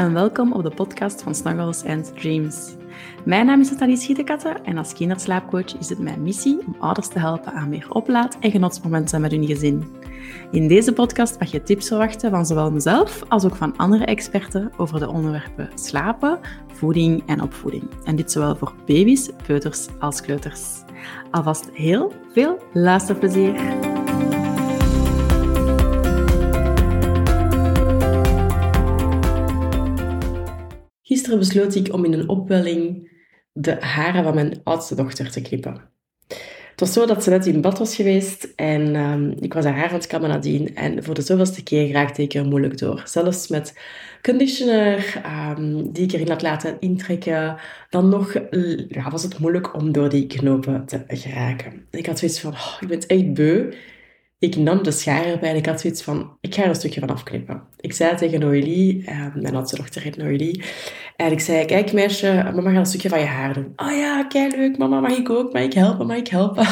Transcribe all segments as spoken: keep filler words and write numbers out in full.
en welkom op de podcast van Snuggles and Dreams. Mijn naam is Nathalie Schietekatse en als kinderslaapcoach is het mijn missie om ouders te helpen aan meer oplaad- en genotsmomenten met hun gezin. In deze podcast mag je tips verwachten van zowel mezelf als ook van andere experten over de onderwerpen slapen, voeding en opvoeding. En dit zowel voor baby's, peuters als kleuters. Alvast heel veel luisterplezier! Gisteren besloot ik om in een opwelling de haren van mijn oudste dochter te knippen. Het was zo dat ze net in bad was geweest en um, ik was haar haar aan het kammen nadien. En voor de zoveelste keer raakte ik er moeilijk door. Zelfs met conditioner, um, die ik erin had laten intrekken, dan nog ja, was het moeilijk om door die knopen te geraken. Ik had zoiets van, oh, ik ben echt beu. Ik nam de schaar erbij en ik had zoiets van, ik ga er een stukje van afknippen. Ik zei tegen Noélie, uh, mijn oudste dochter heet Noélie, en ik zei, kijk meisje, mama gaat een stukje van je haar doen. Oh ja, kei leuk, mama, mag ik ook? Mag ik helpen? Mag ik helpen?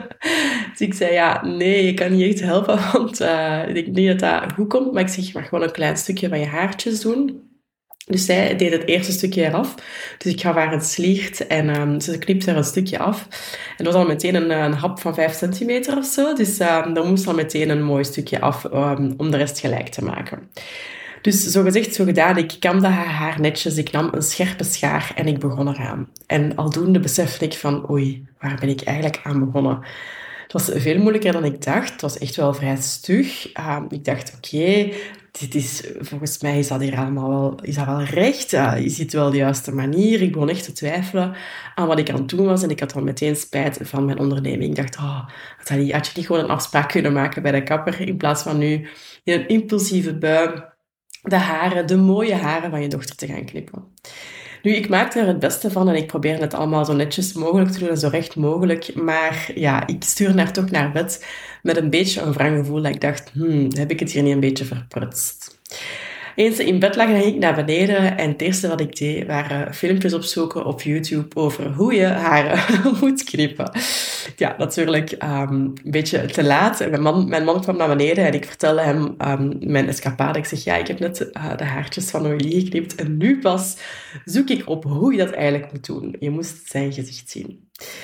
Dus ik zei, ja, nee, ik kan niet echt helpen, want uh, ik denk niet dat dat goed komt. Maar ik zeg, je mag gewoon een klein stukje van je haartjes doen. Dus zij deed het eerste stukje eraf. Dus ik gaf haar een sliert en um, ze knipte er een stukje af. En dat was al meteen een, een hap van vijf centimeter of zo. Dus um, er moest al meteen een mooi stukje af um, om de rest gelijk te maken. Dus zo gezegd, zo gedaan. Ik kamde haar haar netjes. Ik nam een scherpe schaar en ik begon eraan. En aldoende besefte ik van, oei, waar ben ik eigenlijk aan begonnen? Het was veel moeilijker dan ik dacht. Het was echt wel vrij stug. Um, ik dacht, oké, okay, dit is, volgens mij is dat hier allemaal wel, is dat wel recht. Uh, is dit wel de juiste manier? Ik begon echt te twijfelen aan wat ik aan het doen was. En ik had al meteen spijt van mijn onderneming. Ik dacht, oh, had je niet gewoon een afspraak kunnen maken bij de kapper, in plaats van nu in een impulsieve bui de haren, de mooie haren van je dochter te gaan knippen. Nu, ik maakte er het beste van en ik probeerde het allemaal zo netjes mogelijk te doen en zo recht mogelijk. Maar ja, ik stuurde haar toch naar bed met een beetje een wrang gevoel dat ik dacht, hmm, heb ik het hier niet een beetje verprutst? Eens ze in bed lag, ging ik naar beneden en het eerste wat ik deed, waren filmpjes opzoeken op YouTube over hoe je haren moet knippen. Ja, natuurlijk um, een beetje te laat. Mijn man, mijn man kwam naar beneden en ik vertelde hem um, mijn escapade. Ik zeg, ja, ik heb net uh, de haartjes van Noélie geknipt en nu pas zoek ik op hoe je dat eigenlijk moet doen. Je moest zijn gezicht zien.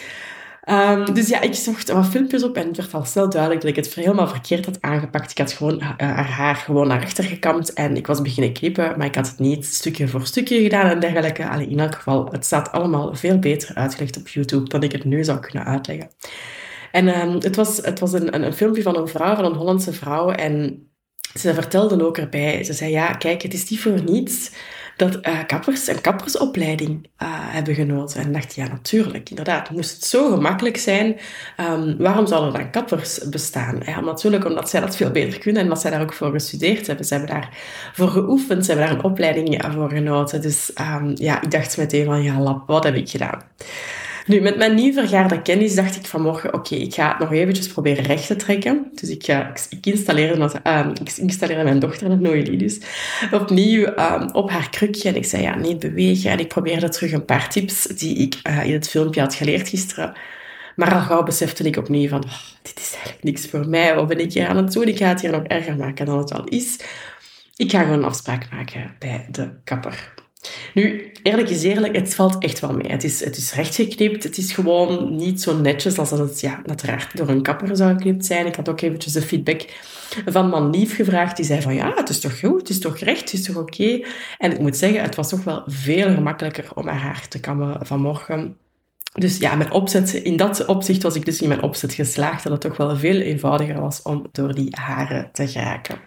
Um, dus ja, ik zocht wat filmpjes op en het werd al snel duidelijk dat ik het helemaal verkeerd had aangepakt. Ik had gewoon uh, haar haar gewoon naar achter gekamd en ik was beginnen knippen, maar ik had het niet stukje voor stukje gedaan en dergelijke. Allee, in elk geval, het staat allemaal veel beter uitgelegd op YouTube dan ik het nu zou kunnen uitleggen. En um, het was, het was een, een, een filmpje van een vrouw, van een Hollandse vrouw, en ze vertelde ook erbij, ze zei, ja, kijk, het is niet voor niets dat uh, kappers een kappersopleiding uh, hebben genoten. En dacht, ja, natuurlijk, inderdaad, moest het zo gemakkelijk zijn, um, waarom zouden er dan kappers bestaan? Ja, natuurlijk omdat zij dat veel beter kunnen en dat zij daar ook voor gestudeerd hebben. Ze hebben daarvoor geoefend, ze hebben daar een opleiding voor genoten. Dus um, ja, ik dacht meteen van, ja, lap, wat heb ik gedaan? Nu, met mijn nieuw vergaarde kennis dacht ik vanmorgen, oké, okay, ik ga het nog eventjes proberen recht te trekken. Dus ik, uh, ik, installeerde, uh, ik installeerde mijn dochter, Noélie dus, opnieuw uh, op haar krukje. En ik zei, ja, niet bewegen. En ik probeerde terug een paar tips die ik uh, in het filmpje had geleerd gisteren. Maar al gauw besefte ik opnieuw van, oh, dit is eigenlijk niks voor mij. Wat ben ik hier aan het doen? Ik ga het hier nog erger maken dan het al is. Ik ga gewoon een afspraak maken bij de kapper. Nu, eerlijk is eerlijk, het valt echt wel mee. Het is, het is rechtgeknipt. Het is gewoon niet zo netjes als dat het ja, uiteraard door een kapper zou geknipt zijn. Ik had ook eventjes de feedback van mijn lief gevraagd. Die zei van, ja, het is toch goed, het is toch recht, het is toch oké. Okay? En ik moet zeggen, het was toch wel veel gemakkelijker om haar haar te kammen vanmorgen. Dus ja, mijn opzet, in dat opzicht was ik dus in mijn opzet geslaagd. Dat het toch wel veel eenvoudiger was om door die haren te geraken.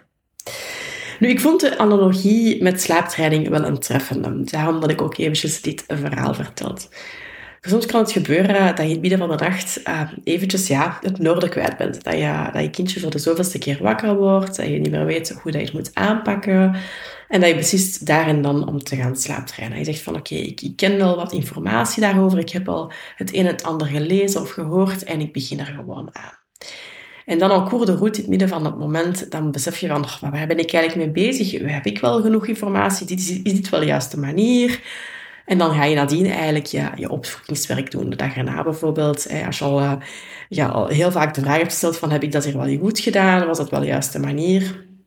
Nu, ik vond de analogie met slaaptraining wel een treffende. Daarom dat ik ook eventjes dit verhaal verteld. Soms kan het gebeuren dat je in het midden van de nacht uh, eventjes ja, het noorden kwijt bent. Dat je, dat je kindje voor de zoveelste keer wakker wordt. Dat je niet meer weet hoe dat je het moet aanpakken. En dat je beslist daar en dan om te gaan slaaptrainen. Je zegt van oké, okay, ik, ik ken wel wat informatie daarover. Ik heb al het een en het ander gelezen of gehoord. En ik begin er gewoon aan. En dan al cours de route in het midden van het moment, dan besef je van, oh, waar ben ik eigenlijk mee bezig? Heb ik wel genoeg informatie? Dit is, is dit wel de juiste manier? En dan ga je nadien eigenlijk ja, je opvoedingswerk doen. De dag erna bijvoorbeeld, als je al, ja, al heel vaak de vraag hebt gesteld van, heb ik dat hier wel goed gedaan? Was dat wel de juiste manier?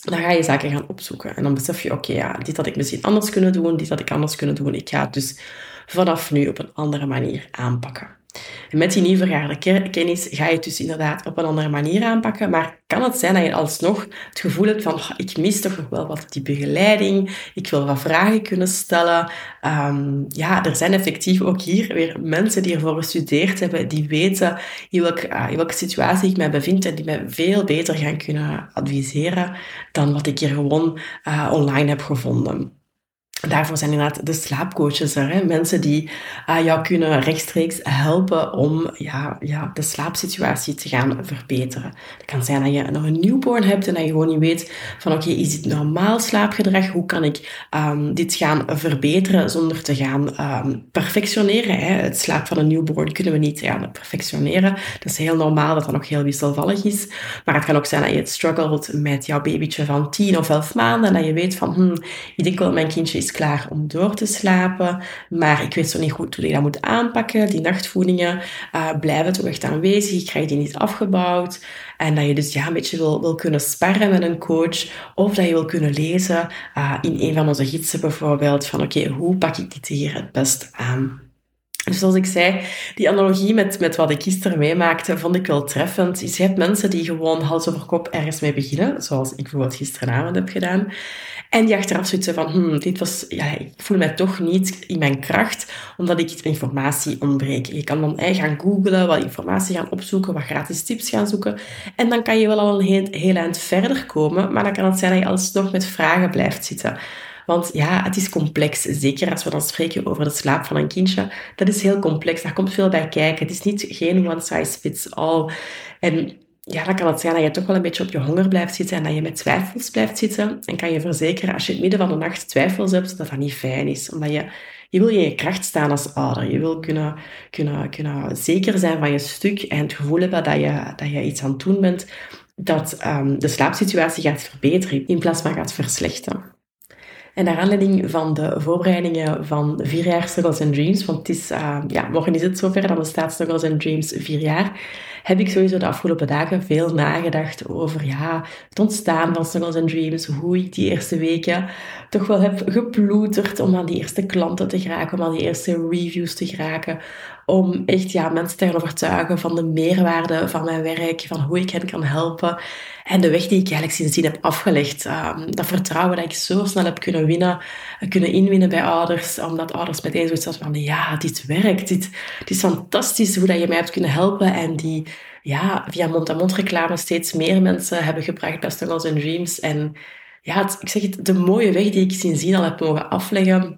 Dan ga je zaken gaan opzoeken. En dan besef je, oké, okay, ja, dit had ik misschien anders kunnen doen, dit had ik anders kunnen doen. Ik ga het dus vanaf nu op een andere manier aanpakken. En met die nieuw vergaarde kennis ga je het dus inderdaad op een andere manier aanpakken. Maar kan het zijn dat je alsnog het gevoel hebt van, oh, ik mis toch nog wel wat die begeleiding. Ik wil wat vragen kunnen stellen. Um, ja, er zijn effectief ook hier weer mensen die ervoor gestudeerd hebben, die weten in welke, uh, in welke situatie ik mij bevind en die mij veel beter gaan kunnen adviseren dan wat ik hier gewoon uh, online heb gevonden. Daarvoor zijn inderdaad de slaapcoaches er. Hè? Mensen die uh, jou kunnen rechtstreeks helpen om ja, ja, de slaapsituatie te gaan verbeteren. Het kan zijn dat je nog een newborn hebt en dat je gewoon niet weet van oké, okay, is dit normaal slaapgedrag? Hoe kan ik um, dit gaan verbeteren zonder te gaan um, perfectioneren? Hè? Het slaap van een newborn kunnen we niet gaan perfectioneren. Dat is heel normaal dat dat nog heel wisselvallig is. Maar het kan ook zijn dat je het struggelt met jouw babytje van tien of elf maanden en dat je weet van hmm, ik denk wel mijn kindje is klaar om door te slapen, maar ik weet zo niet goed hoe ik dat moet aanpakken. Die nachtvoedingen uh, blijven toch echt aanwezig, ik krijg die niet afgebouwd. En dat je dus ja, een beetje wil, wil kunnen sparren met een coach, of dat je wil kunnen lezen uh, in een van onze gidsen bijvoorbeeld, van oké, okay, hoe pak ik dit hier het best aan? Dus zoals ik zei, die analogie met, met wat ik gisteren meemaakte, vond ik wel treffend. Je hebt mensen die gewoon hals over kop ergens mee beginnen, zoals ik bijvoorbeeld gisteravond heb gedaan. En die achteraf zoiets van, hmm, dit was, ja, ik voel mij toch niet in mijn kracht, omdat ik informatie ontbreek. Je kan dan eh, gaan googlen, wat informatie gaan opzoeken, wat gratis tips gaan zoeken. En dan kan je wel al een heel, heel eind verder komen, maar dan kan het zijn dat je alsnog met vragen blijft zitten. Want ja, het is complex. Zeker als we dan spreken over de slaap van een kindje. Dat is heel complex. Daar komt veel bij kijken. Het is niet geen one size fits all. En ja, dan kan het zijn dat je toch wel een beetje op je honger blijft zitten en dat je met twijfels blijft zitten. En kan je verzekeren, als je in het midden van de nacht twijfels hebt, dat dat niet fijn is. Omdat je, je wil in je kracht staan als ouder. Je wil kunnen, kunnen, kunnen zeker zijn van je stuk en het gevoel hebben dat je, dat je iets aan het doen bent, dat um, de slaapsituatie gaat verbeteren in plaats van gaat verslechteren. En naar aanleiding van de voorbereidingen van vier jaar Struggles and Dreams, want het is, uh, ja, morgen is het zover, dan bestaat Struggles and Dreams vier jaar, heb ik sowieso de afgelopen dagen veel nagedacht over ja, het ontstaan van Struggles and Dreams, hoe ik die eerste weken toch wel heb geploeterd om aan die eerste klanten te geraken, om aan die eerste reviews te geraken, om echt ja, mensen te gaan overtuigen van de meerwaarde van mijn werk, van hoe ik hen kan helpen. En de weg die ik eigenlijk sindsdien heb afgelegd, um, dat vertrouwen dat ik zo snel heb kunnen winnen, kunnen inwinnen bij ouders, omdat ouders meteen zoiets hadden van, ja, dit werkt, dit, dit is fantastisch hoe dat je mij hebt kunnen helpen. En die, ja, via mond-aan-mond reclame steeds meer mensen hebben gebracht bij Struggles and Dreams. En ja, het, ik zeg het, de mooie weg die ik sindsdien al heb mogen afleggen.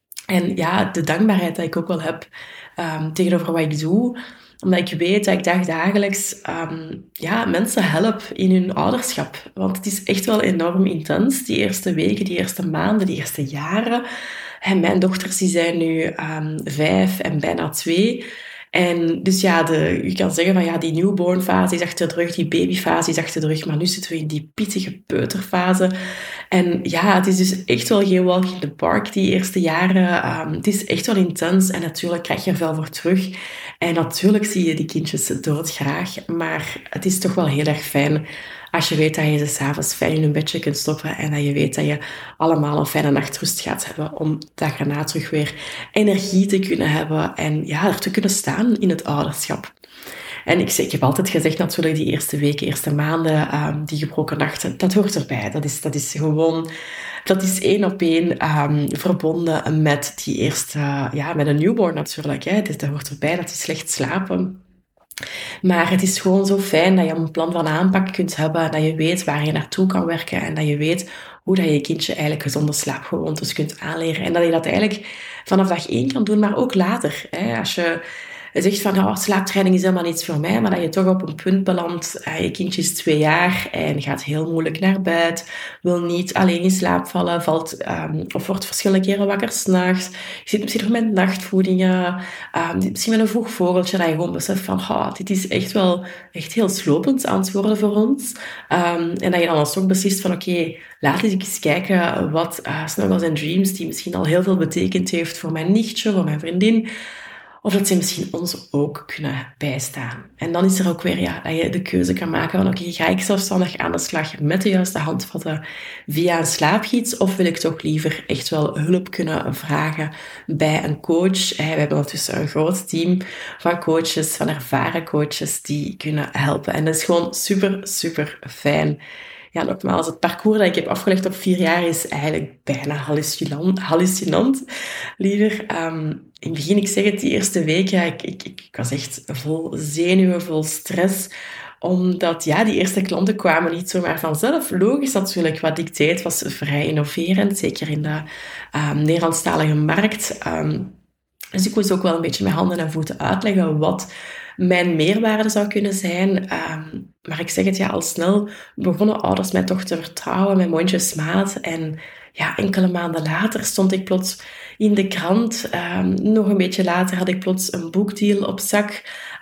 En ja, de dankbaarheid dat ik ook wel heb um, tegenover wat ik doe, omdat ik weet dat ik dagdagelijks um, ja, mensen help in hun ouderschap. Want het is echt wel enorm intens, die eerste weken, die eerste maanden, die eerste jaren. En mijn dochters die zijn nu um, vijf en bijna twee. En dus ja, de, je kan zeggen van ja, die newborn fase is achter de rug, die babyfase is achter de rug, maar nu zitten we in die pittige peuterfase. En ja, het is dus echt wel geen walk in the park die eerste jaren. Um, het is echt wel intens en natuurlijk krijg je er veel voor terug. En natuurlijk zie je die kindjes doodgraag, maar het is toch wel heel erg fijn als je weet dat je ze 's avonds fijn in hun bedje kunt stoppen en dat je weet dat je allemaal een fijne nachtrust gaat hebben om dag erna terug weer energie te kunnen hebben en ja, er te kunnen staan in het ouderschap. En ik, ik heb altijd gezegd natuurlijk, die eerste weken, eerste maanden, um, die gebroken nachten, dat hoort erbij. Dat is, dat is gewoon, dat is één op één um, verbonden met die eerste, ja, met een newborn natuurlijk. Hè. Dus dat hoort erbij, dat die slecht slapen. Maar het is gewoon zo fijn dat je een plan van aanpak kunt hebben, dat je weet waar je naartoe kan werken en dat je weet hoe dat je je kindje eigenlijk gezonde slaapgewoontes kunt aanleren. En dat je dat eigenlijk vanaf dag één kan doen, maar ook later. Hè. Als je zegt van, oh, slaaptraining is helemaal niets voor mij, maar dat je toch op een punt belandt, uh, je kindje is twee jaar en gaat heel moeilijk naar bed, wil niet alleen in slaap vallen, valt um, of wordt verschillende keren wakker 's nachts, je zit misschien nog met nachtvoedingen, um, misschien met een vroeg vogeltje, dat je gewoon beseft van, oh, dit is echt wel echt heel slopend aan het worden voor ons. Um, en dat je dan alsnog beslist van, oké, okay, laat eens kijken wat uh, Snuggles and Dreams, die misschien al heel veel betekend heeft voor mijn nichtje, voor mijn vriendin, of dat ze misschien ons ook kunnen bijstaan. En dan is er ook weer ja, dat je de keuze kan maken van oké, okay, ga ik zelfstandig aan de slag met de juiste handvatten via een slaapgids, of wil ik toch liever echt wel hulp kunnen vragen bij een coach. We hebben ondertussen een groot team van coaches, van ervaren coaches die kunnen helpen. En dat is gewoon super, super fijn. Ja, nogmaals, het parcours dat ik heb afgelegd op vier jaar is eigenlijk bijna hallucinant. hallucinant liever. Um, in het begin, ik zeg het, die eerste week, ja, ik, ik, ik was echt vol zenuwen, vol stress. Omdat, ja, die eerste klanten kwamen niet zomaar vanzelf. Logisch natuurlijk, wat ik deed was vrij innoverend, zeker in de um, Nederlandstalige markt. Um, dus ik moest ook wel een beetje met handen en voeten uitleggen wat mijn meerwaarde zou kunnen zijn. Um, maar ik zeg het, ja, al snel begonnen ouders mij toch te vertrouwen, met mondjesmaat. En ja, enkele maanden later stond ik plots in de krant. Um, nog een beetje later had ik plots een boekdeal op zak.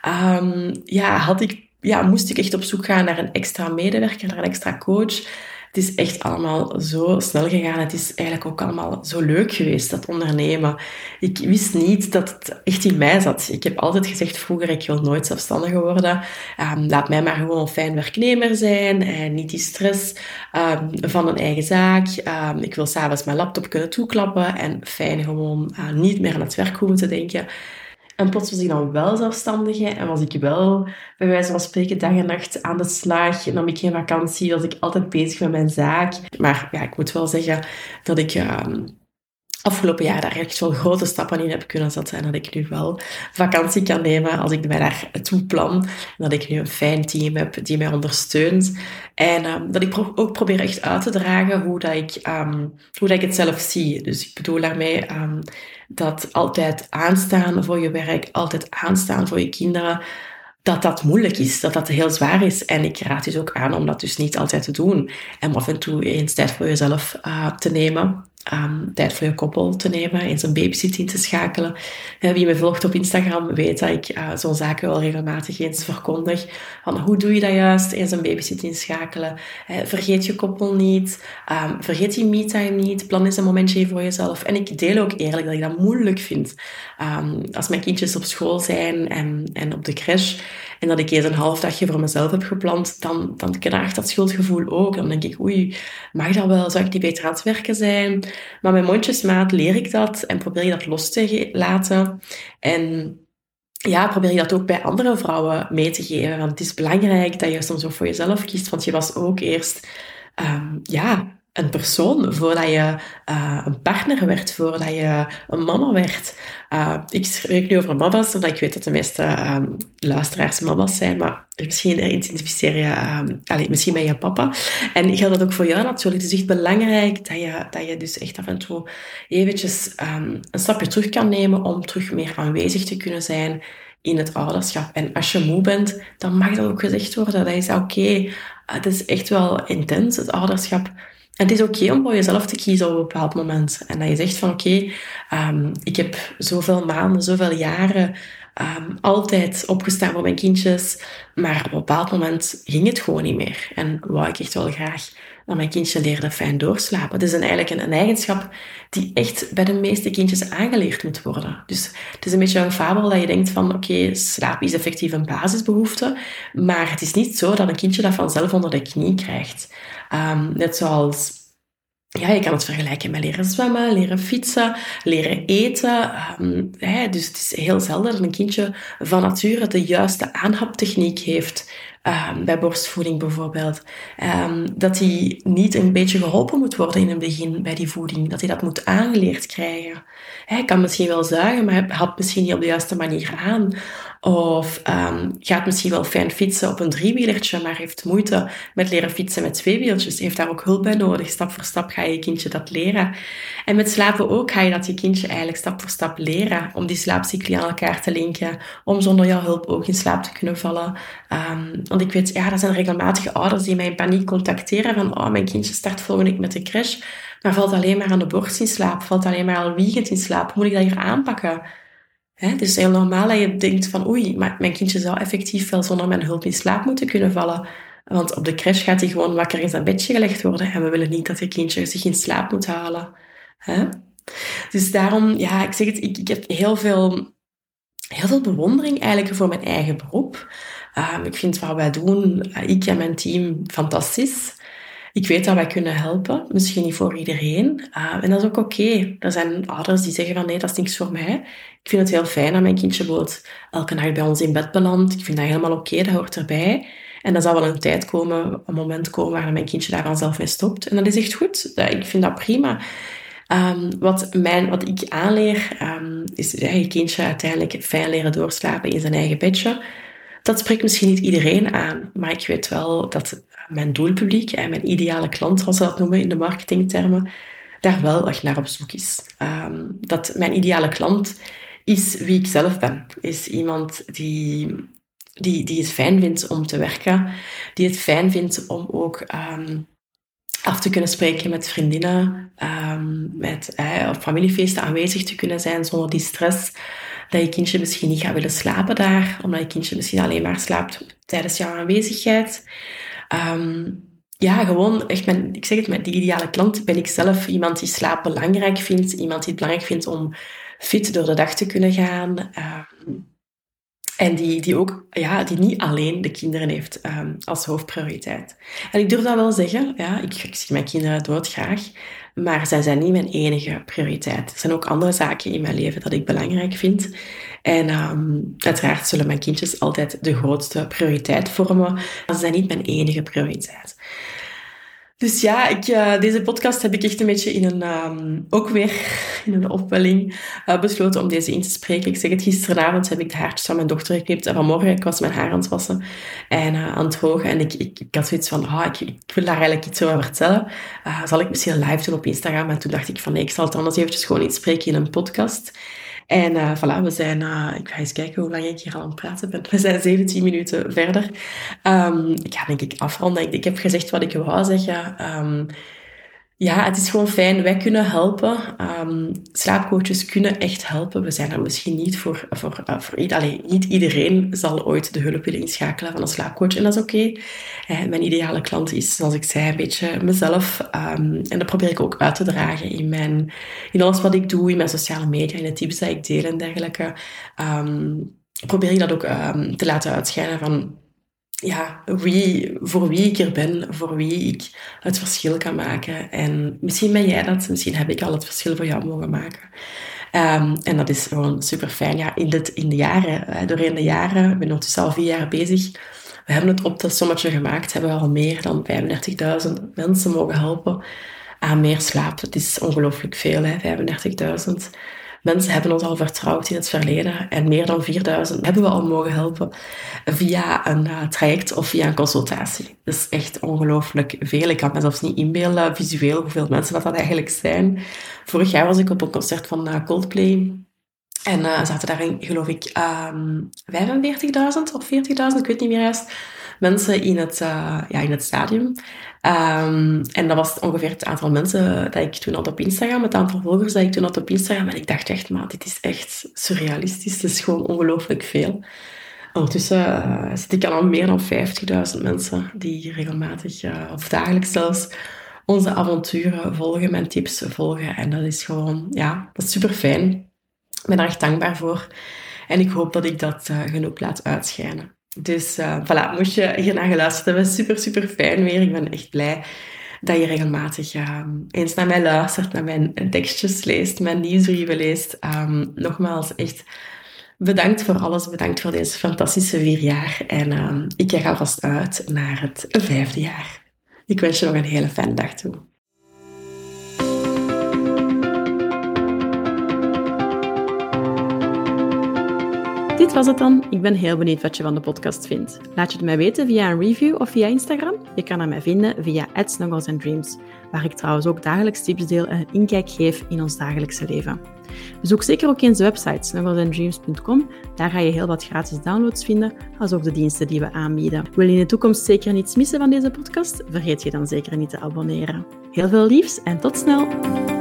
Um, ja, had ik, ja, moest ik echt op zoek gaan naar een extra medewerker, naar een extra coach. Het is echt allemaal zo snel gegaan. Het is eigenlijk ook allemaal zo leuk geweest, dat ondernemen. Ik wist niet dat het echt in mij zat. Ik heb altijd gezegd vroeger, ik wil nooit zelfstandige worden. Um, laat mij maar gewoon een fijn werknemer zijn. En niet die stress um, van een eigen zaak. Um, ik wil s'avonds mijn laptop kunnen toeklappen. En fijn gewoon uh, niet meer aan het werk hoeven te denken. En plots was ik dan wel zelfstandige en was ik wel, bij wijze van spreken, dag en nacht aan de slag. Nam ik geen vakantie, was ik altijd bezig met mijn zaak. Maar ja, ik moet wel zeggen dat ik um, afgelopen jaar daar echt wel grote stappen in heb kunnen zetten. En dat ik nu wel vakantie kan nemen als ik mij daar toe plan. En dat ik nu een fijn team heb die mij ondersteunt. En um, dat ik pro- ook probeer echt uit te dragen hoe, dat ik, um, hoe dat ik het zelf zie. Dus ik bedoel daarmee um, dat altijd aanstaan voor je werk, altijd aanstaan voor je kinderen, dat dat moeilijk is, dat dat heel zwaar is. En ik raad dus ook aan om dat dus niet altijd te doen. En om af en toe eens tijd voor jezelf uh, te nemen. Um, tijd voor je koppel te nemen, eens een babysit in te schakelen. Uh, wie me volgt op Instagram weet dat ik uh, zo'n zaken wel regelmatig eens verkondig. Van hoe doe je dat juist? Eens een babysit inschakelen. Uh, vergeet je koppel niet. Um, vergeet je me-time niet. Plan eens een momentje voor jezelf. En ik deel ook eerlijk dat ik dat moeilijk vind. Um, als mijn kindjes op school zijn en, en op de crash, en dat ik eens een half dagje voor mezelf heb gepland, dan, dan knaagt dat schuldgevoel ook. Dan denk ik, oei, mag dat wel? Zou ik niet beter aan het werken zijn? Maar met mondjesmaat leer ik dat en probeer je dat los te laten. En ja, probeer je dat ook bij andere vrouwen mee te geven. Want het is belangrijk dat je soms ook voor jezelf kiest, want je was ook eerst, um, ja, een persoon voordat je uh, een partner werd, voordat je een mama werd. Uh, ik spreek nu over mama's, omdat ik weet dat de meeste um, luisteraars mama's zijn, maar misschien identificeer je, um, allez, misschien ben je papa. En geldt dat ook voor jou natuurlijk. Het is echt belangrijk dat je, dat je dus echt af en toe eventjes um, een stapje terug kan nemen om terug meer aanwezig te kunnen zijn in het ouderschap. En als je moe bent, dan mag dat ook gezegd worden. Dat is oké. Okay. Het is echt wel intens, het ouderschap. En het is oké okay om voor jezelf te kiezen op een bepaald moment. En dat je zegt van oké, okay, um, ik heb zoveel maanden, zoveel jaren um, altijd opgestaan voor mijn kindjes. Maar op een bepaald moment ging het gewoon niet meer. En wou ik echt wel graag dat mijn kindje leerde fijn doorslapen. Het is een, eigenlijk een, een eigenschap die echt bij de meeste kindjes aangeleerd moet worden. Dus het is een beetje een fabel dat je denkt van oké, okay, slaap is effectief een basisbehoefte. Maar het is niet zo dat een kindje dat vanzelf onder de knie krijgt. Um, net zoals, ja, je kan het vergelijken met leren zwemmen, leren fietsen, leren eten. Um, hè, dus het is heel zelden dat een kindje van nature de juiste aanhaptechniek heeft. Um, bij borstvoeding bijvoorbeeld. Um, dat hij niet een beetje geholpen moet worden in het begin bij die voeding. Dat hij dat moet aangeleerd krijgen. Hij kan misschien wel zuigen, maar hij hapt misschien niet op de juiste manier aan. Of um, gaat misschien wel fijn fietsen op een driewielertje, maar heeft moeite met leren fietsen met twee wieltjes. Heeft daar ook hulp bij nodig. Stap voor stap ga je je kindje dat leren. En met slapen ook ga je dat je kindje eigenlijk stap voor stap leren. Om die slaapcycli aan elkaar te linken. Om zonder jouw hulp ook in slaap te kunnen vallen. Um, want ik weet, ja, dat zijn regelmatige ouders die mij in paniek contacteren. Van, oh, mijn kindje start volgende week met de crash. Maar valt alleen maar aan de borst in slaap. Valt alleen maar al wiegend in slaap. Hoe moet ik dat hier aanpakken? He, het is heel normaal dat je denkt van oei, maar mijn kindje zou effectief wel zonder mijn hulp in slaap moeten kunnen vallen. Want op de crash gaat hij gewoon wakker in zijn bedje gelegd worden. En we willen niet dat je kindje zich in slaap moet halen. He? Dus daarom, ja, ik zeg het, ik, ik heb heel veel, heel veel bewondering eigenlijk voor mijn eigen beroep. Um, ik vind wat wij doen, ik en mijn team, fantastisch. Ik weet dat wij kunnen helpen, misschien niet voor iedereen. Uh, en dat is ook oké. Okay. Er zijn ouders die zeggen van nee, dat is niks voor mij. Ik vind het heel fijn dat mijn kindje bijvoorbeeld elke nacht bij ons in bed belandt. Ik vind dat helemaal oké, okay, dat hoort erbij. En dan zal wel een tijd komen, een moment komen waar mijn kindje daar vanzelf mee stopt. En dat is echt goed. Ik vind dat prima. Um, wat, mijn, wat ik aanleer, um, is ja, je kindje uiteindelijk fijn leren doorslapen in zijn eigen bedje. Dat spreekt misschien niet iedereen aan, maar ik weet wel dat mijn doelpubliek en mijn ideale klant, zoals ze dat noemen in de marketingtermen, daar wel echt naar op zoek is. Um, dat mijn ideale klant is wie ik zelf ben. Is iemand die, die, die het fijn vindt om te werken, die het fijn vindt om ook um, af te kunnen spreken met vriendinnen, um, met eh, op familiefeesten aanwezig te kunnen zijn zonder die stress. Dat je kindje misschien niet gaat willen slapen daar, omdat je kindje misschien alleen maar slaapt tijdens jouw aanwezigheid. Um, ja, gewoon echt, mijn, ik zeg het, met die ideale klant ben ik zelf iemand die slaap belangrijk vindt, iemand die het belangrijk vindt om fit door de dag te kunnen gaan. Um, en die, die ook, ja, die niet alleen de kinderen heeft um, als hoofdprioriteit. En ik durf dat wel zeggen, ja, ik, ik zie mijn kinderen doodgraag, maar zij zijn niet mijn enige prioriteit. Er zijn ook andere zaken in mijn leven dat ik belangrijk vind. En um, uiteraard zullen mijn kindjes altijd de grootste prioriteit vormen, maar ze zijn niet mijn enige prioriteit. Dus ja, ik, uh, deze podcast heb ik echt een beetje in een, um, ook weer in een opwelling uh, besloten om deze in te spreken. Ik zeg het, gisteravond heb ik de haartjes van mijn dochter geknipt. En vanmorgen, ik was mijn haar aan het wassen en uh, aan het drogen. En ik, ik, ik had zoiets van, ah, ik, ik wil daar eigenlijk iets over vertellen. Uh, zal ik misschien een live doen op Instagram? En toen dacht ik van, nee, ik zal het anders eventjes gewoon inspreken in een podcast. En uh, voilà, we zijn, uh, ik ga eens kijken hoe lang ik hier al aan het praten ben. We zijn zeventien minuten verder. Um, ik ga denk ik afronden. Ik, ik heb gezegd wat ik wou zeggen. Um, ja, het is gewoon fijn. Wij kunnen helpen. Um, slaapcoaches kunnen echt helpen. We zijn er misschien niet voor, voor, uh, voor iedereen. Niet iedereen zal ooit de hulp willen inschakelen van een slaapcoach. En dat is oké. Okay. Uh, mijn ideale klant is, zoals ik zei, een beetje mezelf. Um, en dat probeer ik ook uit te dragen in, mijn, in alles wat ik doe, in mijn sociale media, in de tips die ik deel en dergelijke. Um, probeer ik dat ook um, te laten uitschijnen van ja, wie, voor wie ik er ben, voor wie ik het verschil kan maken. En misschien ben jij dat, misschien heb ik al het verschil voor jou mogen maken. Um, en dat is gewoon super fijn. Ja, in, dit, in de jaren, doorheen de jaren, ik ben ondertussen al vier jaar bezig. We hebben het op dat sommetje gemaakt, hebben we al meer dan vijfendertigduizend mensen mogen helpen aan meer slaap. Het is ongelooflijk veel, hè, vijfendertigduizend. Mensen hebben ons al vertrouwd in het verleden en meer dan vierduizend hebben we al mogen helpen via een uh, traject of via een consultatie. Dat is echt ongelooflijk veel. Ik kan me zelfs niet inbeelden visueel hoeveel mensen dat, dat eigenlijk zijn. Vorig jaar was ik op een concert van uh, Coldplay en uh, zaten daarin, geloof ik, um, vijfenveertigduizend of veertigduizend, ik weet niet meer juist, mensen in het, uh, ja, in het stadion. Um, en dat was ongeveer het aantal mensen dat ik toen had op Instagram, het aantal volgers dat ik toen had op Instagram. En ik dacht echt, maar dit is echt surrealistisch. Het is gewoon ongelooflijk veel. Ondertussen uh, zit ik al aan meer dan vijftigduizend mensen die regelmatig, uh, of dagelijks zelfs, onze avonturen volgen, mijn tips volgen. En dat is gewoon, ja, dat is super fijn. Ik ben er echt dankbaar voor. En ik hoop dat ik dat uh, genoeg laat uitschijnen. Dus uh, voilà, moest je hier naar geluisterd hebben, super, super fijn weer. Ik ben echt blij dat je regelmatig uh, eens naar mij luistert, naar mijn tekstjes leest, mijn nieuwsbrieven leest. Um, nogmaals, echt bedankt voor alles, bedankt voor deze fantastische vier jaar. En uh, ik kijk alvast uit naar het vijfde jaar. Ik wens je nog een hele fijne dag toe. Dit was het dan. Ik ben heel benieuwd wat je van de podcast vindt. Laat je het mij weten via een review of via Instagram. Je kan naar mij vinden via at snuggles and dreams, waar ik trouwens ook dagelijks tips deel en een inkijk geef in ons dagelijkse leven. Bezoek zeker ook eens de website snuggles and dreams punt com. Daar ga je heel wat gratis downloads vinden, als ook de diensten die we aanbieden. Wil je in de toekomst zeker niets missen van deze podcast? Vergeet je dan zeker niet te abonneren. Heel veel liefs en tot snel!